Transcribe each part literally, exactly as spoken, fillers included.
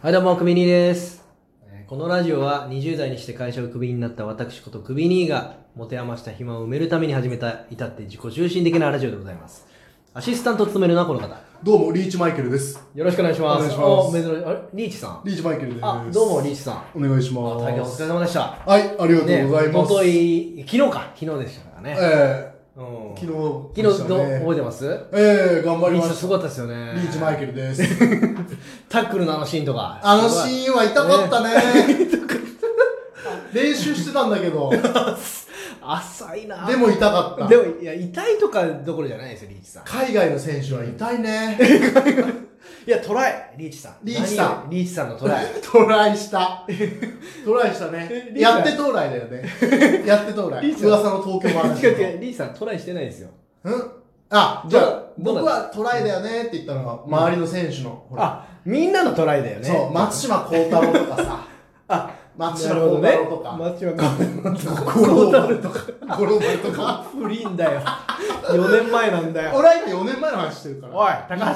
はい、どうも、クビニーです。このラジオはにじゅう代にして会社をクビになった私ことクビニーが持て余した暇を埋めるために始めた至って自己中心的なラジオでございます。アシスタントを務めるのはこの方。 どうも、リーチマイケルです。 よろしくお願いします。 お願いします。 珍しい。あれリーチさんリーチマイケルです。 あ、どうも、リーチさん。 お願いします。 大変お疲れ様でした。 はい、ありがとうございます。 ね、おととい、昨日か、昨日でしたからね。 ええうん、 昨日、 昨日どう覚えてます？ ええ頑張りました。 リーチさんすごかったですよね。 リーチマイケルです。 タックルのあのシーンとか。 あのシーンは痛かったね。練習してたんだけど。 浅いな。 でも痛かった。 でも、いや、痛いとかどころじゃないですよ、リーチさん。 海外の選手は痛いね。 いや、トライ、リーチさん。 リーチさん。リーチさんのトライ。 トライした。トライしたね。やってトライだよね。やってトライ。噂の東京マラソン。 違う違う、リーチさんトライしてないですよ。 んあ、じゃあ、僕はトライだよねって言ったのは、周りの選手の。 あ、みんなのトライだよね。 そう、松島幸太郎とかさ。 あ、 松島幸太郎とか。 松島幸太郎とか。 ゴローバルとか。ゴローバルとか。 フリーんだよ。よねんまえなんだよ。 俺は今よねんまえの話してるから。 おい、高橋。 はい、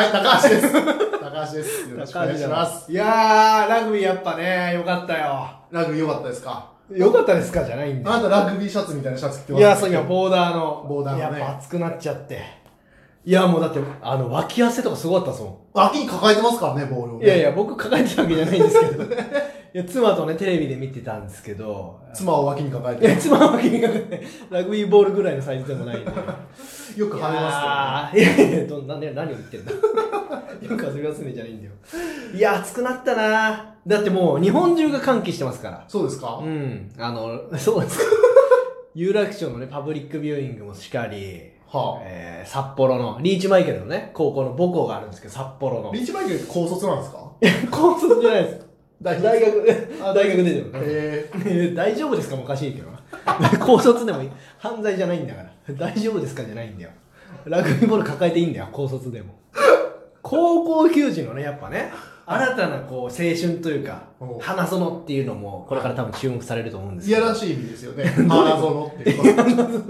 高橋です。高橋です。よろしくお願いします。 いやー、ラグビーやっぱね、よかったよ。 ラグビーよかったですか？ よかったですかじゃないんだよ。 あなたラグビーシャツみたいなシャツ着てます。 いや、そう、今、ボーダーの。 ボーダーのね。 やっぱ熱くなっちゃって。いや、もうだって、あの、脇汗とかすごかったっすもん。 脇に抱えてますからね、ボールを、ね。 いやいや、僕抱えてたわけじゃないんですけど。いや、妻とね、テレビで見てたんですけど。 妻を脇に抱えていや、妻は脇に抱えて、ラグビーボールぐらいのサイズでもないんで。 よく跳ねますけど、ね。いやいや、どな何を言ってんだ。よく遊び休めじゃないんだよ。いや、暑くなったなだってもう、日本中が歓喜してますから。 そうですか？ うん。あの、そうです。有楽町のね、パブリックビューイングもしかり、はあ、えー、札幌の、リーチマイケルのね、高校の母校があるんですけど、札幌の。 リーチマイケルって高卒なんですか？ 高卒じゃないです。大学、大学、大学出てる。 へえー、大丈夫ですかもおかしいけどな。高卒でもいい。犯罪じゃないんだから。大丈夫ですかじゃないんだよ。ラグビーボール抱えていいんだよ、高卒でも。高校球児のね、やっぱね、新たなこう青春というか、花園っていうのも、これから多分注目されると思うんですけど。 いやらしい意味ですよね。花園っていう。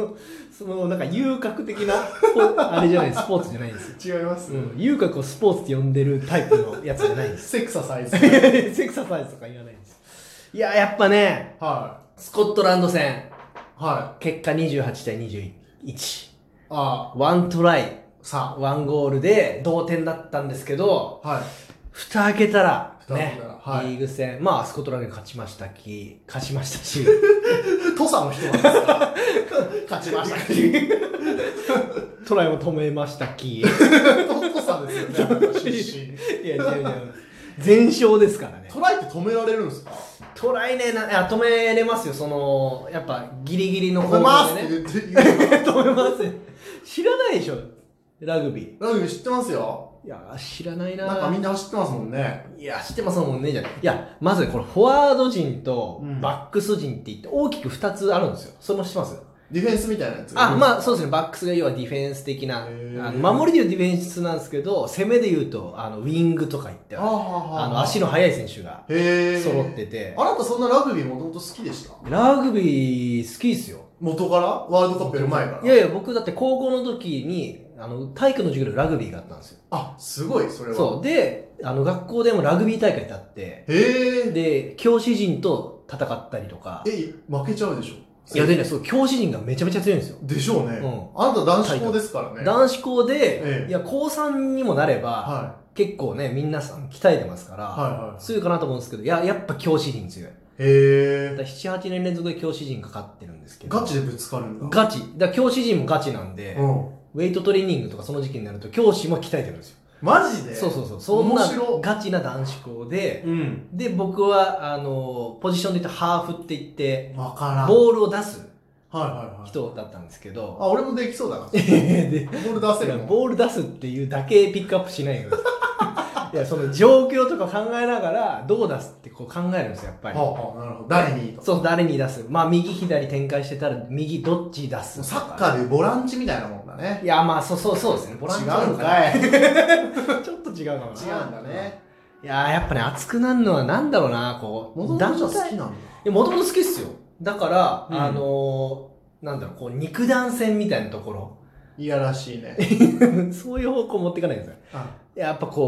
その、なんか遊郭的な、あれじゃない、スポーツじゃないんですよ。違います、 うん。遊郭をスポーツって呼んでるタイプのやつじゃないんです。 セクササイズ。 セクササイズとか言わないんです。いや、やっぱね、はい、スコットランド戦、はい、結果にじゅうはちたいにじゅういち。ああ。ワントライ、さワンゴールで同点だったんですけど、はい。蓋開けたら、ね、はい、リーグ戦、まあ、スコットランドに勝ちましたき、勝ちましたし。 土佐の人なんですか？勝ちましたき。 トライも止めましたき。 土佐ですよね、出身。 いや、違う違う。全勝ですからね。 トライって止められるんですか？ トライね、な、いや、止めれますよ、その、やっぱ、ギリギリの攻防でね。止めますって言って止めますよ。知らないでしょ、ラグビー。 ラグビー知ってますよ。 いや、知らないな。 なんかみんな知ってますもんね。 いや、知ってますもんね、じゃない。いや、まずこれ、フォワード陣とバックス陣って言って、大きく二つあるんですよ。それも知ってます？ ディフェンスみたいなやつ。 あ、まあそうですね。バックスが要はディフェンス的な、あの守りで言うディフェンスなんですけど、攻めで言うと、あの、ウィングとか言って、あの、足の速い選手が揃ってて。 あなたそんなラグビーもともと好きでした？ ラグビー好きですよ。 元からワールドカップやる前から？ いやいや、僕だって高校の時に、あの、体育の授業でラグビーがあったんですよ。 あ、すごい、それは。 そう。で、あの、学校でもラグビー大会ってあって、 へー。 で、教師陣と戦ったりとか。 え、負けちゃうでしょ？ いやでね、そう、教師陣がめちゃめちゃ強いんですよ。 でしょうね。うん。あなた男子校ですからね。 男子校で、ええ、いや、高さんにもなれば、はい、結構ね、みんなさん鍛えてますから、はいはい、強いかなと思うんですけど、いや、やっぱ教師陣強い。へー。だなな、はちねん連続で教師陣かかってるんですけど。 ガチでぶつかるんだ。 ガチ。だ教師陣もガチなんで、うん、ウェイトトレーニングとかその時期になると、教師も鍛えてるんですよ。 マジで？ そうそうそう。そんなガチな男子校で、うん、で、僕は、あの、ポジションで言うとハーフって言って、わからん。ボールを出す。はいはいはい。人だったんですけど。 あ、俺もできそうだな。でボール出せるの？ ボール出すっていうだけピックアップしないよ。いや、その状況とか考えながら、どう出すってこう考えるんですよ、やっぱり。はあはあ、なるほど。誰にと。そう、誰に出す。まあ、右左展開してたら、右どっち出す。 サッカーでいうボランチみたいなもんだね。 いや、まあ、そうそうそうですね。ボランチ。 違うんかい。 ちょっと違うかもな。 違うんだね。 いやー、やっぱね、熱くなるのはなんだろうな、こう。 もともと好きなんだ。いや、もともと好きっすよ。だから、うん、あのー、なんだろう、こう、肉弾戦みたいなところ。 いやらしいね。 そういう方向持っていかないんですよ。ああやっぱこう、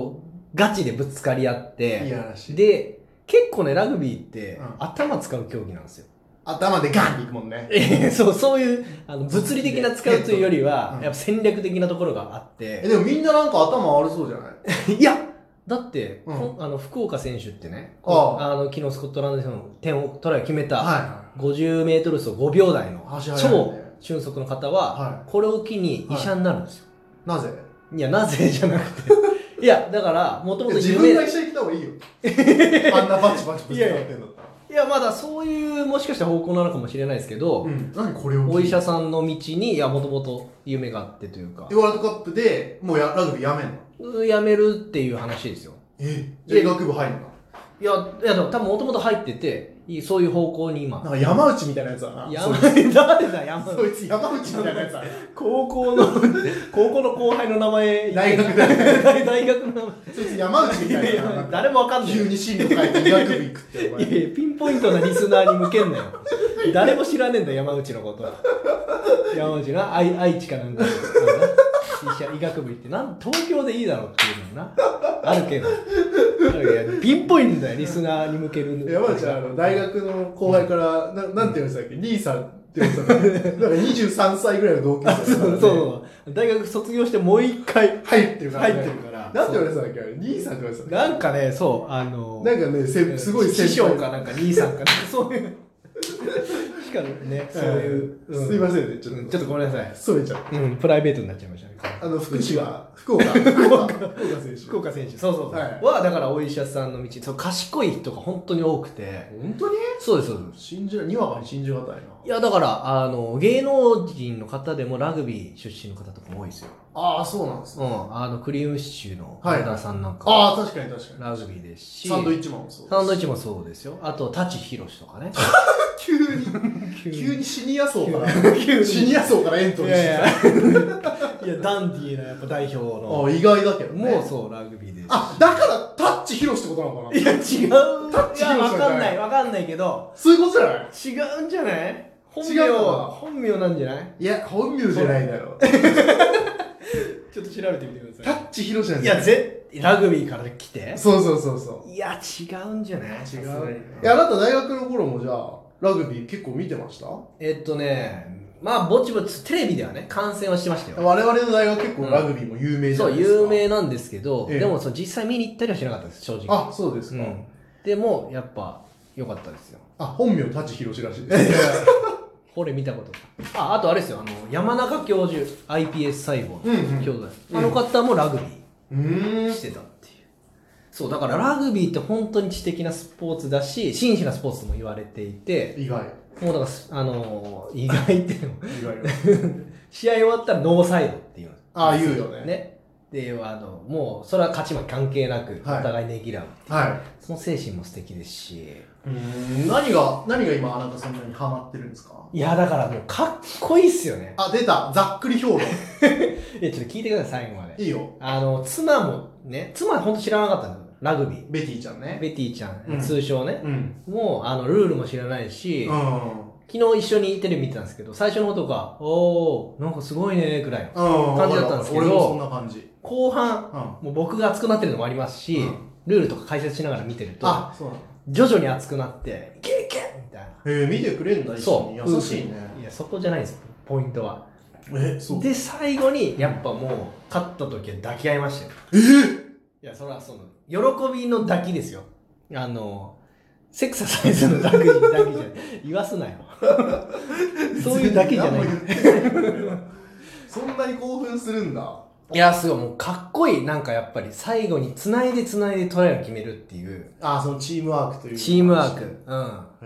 ガチでぶつかり合って、 いやらしい。 で、結構ね、ラグビーって、 うん、 頭使う競技なんですよ。 頭でガンっていくもんね。 そう、そういう、あの、物理的な使うというよりは、うん、やっぱ戦略的なところがあって。 え、でもみんななんか頭悪そうじゃないいやだって、 うん、 あの、福岡選手ってね、ああの、昨日スコットランドでの点を、トライを決めた、はい、ごじゅうメートル走ごびょう台の超俊足の方は、はい、これを機に医者になるんですよ。 はい、なぜいや、なぜじゃなくて。いや、だから、もともと自分が医者に来た方がいいよ。あんなバチバチぶつかってんだったら。 いや、まだそういう、もしかしたら方向なのかもしれないですけど、 うん、何これをお医者さんの道に、いや、もともと夢があってというか。 ワールドカップでもうやラグビーやめんのやめるっていう話ですよ。 えじゃあ医学部入るのいや、いや、でも多分もともと入ってて、そういう方向に今。 なんか山内みたいなやつだな。 山内、誰だ山内。 そいつ山内みたいなやつだね。 高校の、高校の後輩の名前。 大学だよ。大学の名前。 そいつ山内みたいな。 誰もわかんない。 急に進路変えて医学部行くって。 いやいや、ピンポイントなリスナーに向けんなよ。誰も知らねえんだよ、山内のこと。山内な、愛愛知かなんか。医者、医学部行って、なん、東京でいいだろうっていうのな。あるけど。ピンポイントだよ、リスナーに向ける。 山内はあの大学の後輩から、ななんて言うんですかっけ、兄さんって言うんですかね。なんかにじゅうさんさいぐらいの同級生、ね。 そうそう。大学卒業してもう一回入ってるから、 ね。入ってるから。 なんて言われてたんだっけ、兄さんって言われてたんだっけ。 なんかね、そう、あの、 なんかね、せすごい師匠かなんか兄さんかなんか、そういう。しかね、そういう、 うん。すいませんね、ちょっと。 ちょっとごめんなさい。 それちゃう。 うん、プライベートになっちゃいましたね。 あの、福島、福岡、福岡、福岡選手。 福岡選手。そうそうそう。はい、は、だからお医者さんの道、そう、賢い人が本当に多くて。 本当にそうです、そうです。 信じら、にわかに信じがたいな。 いや、だから、あの、芸能人の方でもラグビー出身の方とかも多いですよ。 ああ、そうなんですね。うん。あの、クリームシチューの和田さんなんか、 はい。ああ、確かに確かに。 ラグビーですし。 サンドイッチマンもそうです。 サンドイッチマンもそうですよ。あと、舘ひろしとかね。 急に、急にシニア層から、シニア層からエントリーしてた。 いやいや、いやダンディーなやっぱ代表の。 あ、意外だけどね。 もうそう、ラグビーです。 あ、だからタッチヒロシってことなのかな。 いや、違う。 タッチヒロシわかんない、わかんないけど。 そういうことじゃない違うんじゃない本名、 違う本名なんじゃないいや、本名じゃないだろう。 ちょっと調べてみてください。 タッチヒロシなんいや、ぜ、ラグビーから来て。 そうそうそうそう。 いや、違うんじゃない違う。いや、あなた大学の頃もじゃあ、ラグビー結構見てました？ えっとね、まあぼちぼちテレビではね観戦はしてましたよ。 我々の大学結構ラグビーも有名じゃないですか。 そう有名なんですけど、ええ、でもその実際見に行ったりはしなかったです正直。 あ、そうですか。うん、 でもやっぱ良かったですよ。 あ、本名舘ひろしらしいです。 これ見たこと。あ、あとあれですよ、あの山中教授 アイピーエス 細胞の兄弟、うんうん、あの方もラグビーしてたっていう。そうだからラグビーって本当に知的なスポーツだし真摯なスポーツとも言われていて、 意外もうだからあのー、意外っていうの意外試合終わったらノーサイドっていう。 ああ言うよね。 ねであのもうそれは勝ち負け関係なくお互いねぎらうっていう、はい、その精神も素敵ですし。 うーん何が何が今あなたそんなにハマってるんですか？ いやだからもうかっこいいっすよね。 あ出たざっくり評論。いやちょっと聞いてください最後まで。 いいよ。 あの妻もね妻は本当知らなかったんですよラグビー。 ベティちゃんね。 ベティちゃん、 うん、 通称ね、うん、もうあのルールも知らないし、うん、昨日一緒にテレビ見てたんですけど最初の方とかおーなんかすごいねくらいの感じだったんですけど、 俺もそんな感じ。 後半、うん、もう僕が熱くなってるのもありますし、うん、ルールとか解説しながら見てるとあそうなの徐々に熱くなっていけいけみたいな。 えー、見てくれんだ一緒に。優しいね。 いやそこじゃないですポイントは。 えそうで最後にやっぱもう勝った時は抱き合いましたよ。 えー、 いやそれはその喜びの抱きですよ。あのセクササイズの抱き抱きじゃない言わすなよ。そういう抱きじゃない。 そんなに興奮するんだ。 いやすごいもうかっこいい。なんかやっぱり最後につないでつないでトライを決めるっていう。 ああそのチームワークというチームワーク。うん。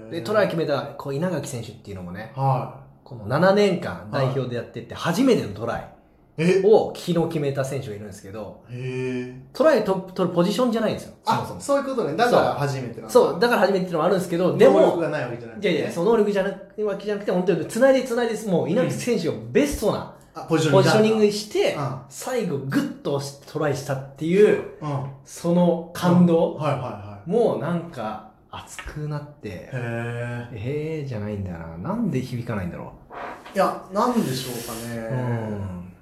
へでトライ決めたこう稲垣選手っていうのもね。はい。このななねんかん代表でやってって初めてのトライ。を昨日決めた選手がいるんですけど、へトライ取るポジションじゃないんですよ。 あ、そもそもそういうことね。だから初めてなんだ。 そう、だから初めてっていうのもあるんですけど、でも能力がないわけじゃなくて、ね。 いやいや、その能力じゃなくわけじゃなくて、本当に繋いで繋いで、もう稲垣選手をベストなポジショニングにして、うん、最後グッとトライしたっていう、うん、その感動、うんはいはいはい、もうなんか熱くなって、へー、へーじゃないんだよな。なんで響かないんだろう。 いや、なんでしょうかね。うん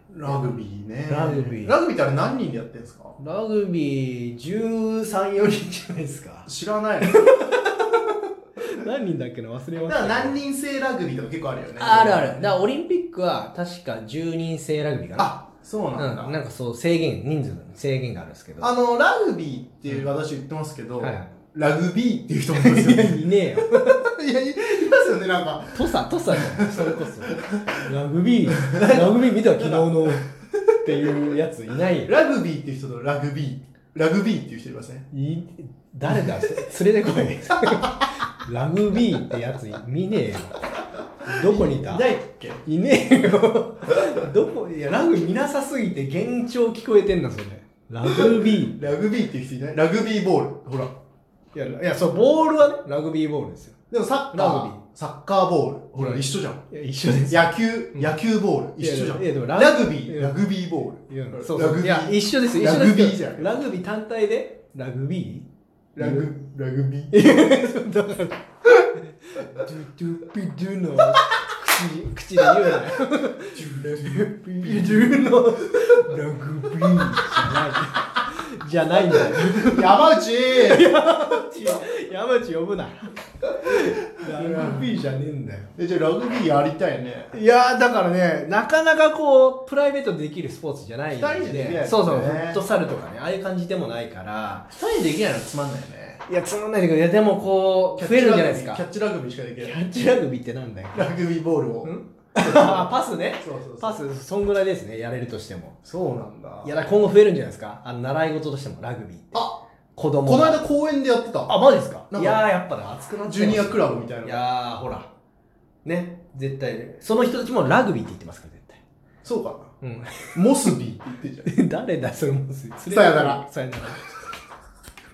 ラグビーね。 ラグビー。 ラグビーってあれ何人でやってんですか？ ラグビーじゅうさん、よにんじゃないですか。 知らない。 何人だっけな、忘れました。 だから何人制ラグビーとか結構あるよね。 あるある。だからオリンピックは確かじゅうにん制ラグビーかな。 あ、そうなんだ。 うん、なんかそう制限、人数の制限があるんですけど。 あの、ラグビーっていう私言ってますけど、 うんはいはい、 ラグビーっていう人もいますよね。 いねえよ。 いや、いますよね、なんか。 トサ、トサじゃん、それこそ。ラグビー、ラグビー見た昨日のっていうやついないよ。 ラグビーっていう人とラグビー、ラグビーっていう人いません？ い誰だ連れてこい。ラグビーってやつ見ねえよ。どこにいた？ いないっけ？ いねえよ。どこ、いや、ラグ見なさすぎて幻聴聞こえてんだ、それ。ラグビー。 ラグビーっていう人いない？ラグビーボール。ほら。 いや、いや、そう、ボールはね、ラグビーボールですよ。 でもサッカー、 ラグビーサッカーボール。ほら、一緒じゃん。 いや、一緒です。 野球、野球ボール。一緒じゃん。 いや、でもラグビー、ラグビーボール。 いや、そうそう。 ラグビー。 いや、一緒です、一緒です。 ラグビーじゃん。 ラグビー単体で、ラグビーラグ、ラグビー。 だから、ドゥドゥピドゥの口、口で言うなよ。ドゥドゥピドゥのラグビーじゃない。じゃないんだよ。 山内山内呼ぶな。ラグビーじゃねえんだよ。 え、じゃあラグビーやりたいね。 いやーだからね、なかなかこうプライベートでできるスポーツじゃないんで、 二人でできないですねそうそう、フットサルとかね、ああいう感じでもないから、 二人できないのつまんないよね。 いやつまんないけど、いやでもこう増えるんじゃないですか。 キャッチラグビーしかできない。 キャッチラグビーってなんだよ。 ラグビーボールを。 あパスね。 そうそうそう。 パスそんぐらいですね、やれるとしても。 そうなんだ。 いやだから今後増えるんじゃないですか。あの習い事としてもラグビーって。 あ、 子供この間公園でやってた。 あマジですか。 なんかいやーやっぱね熱くなってジュニアクラブみたいな。 いやーほらね絶対ねその人たちもラグビーって言ってますから絶対。 そうかな。 うん。 モスビーって言ってんじゃん。 誰だそれもうささよなら。 さよなら。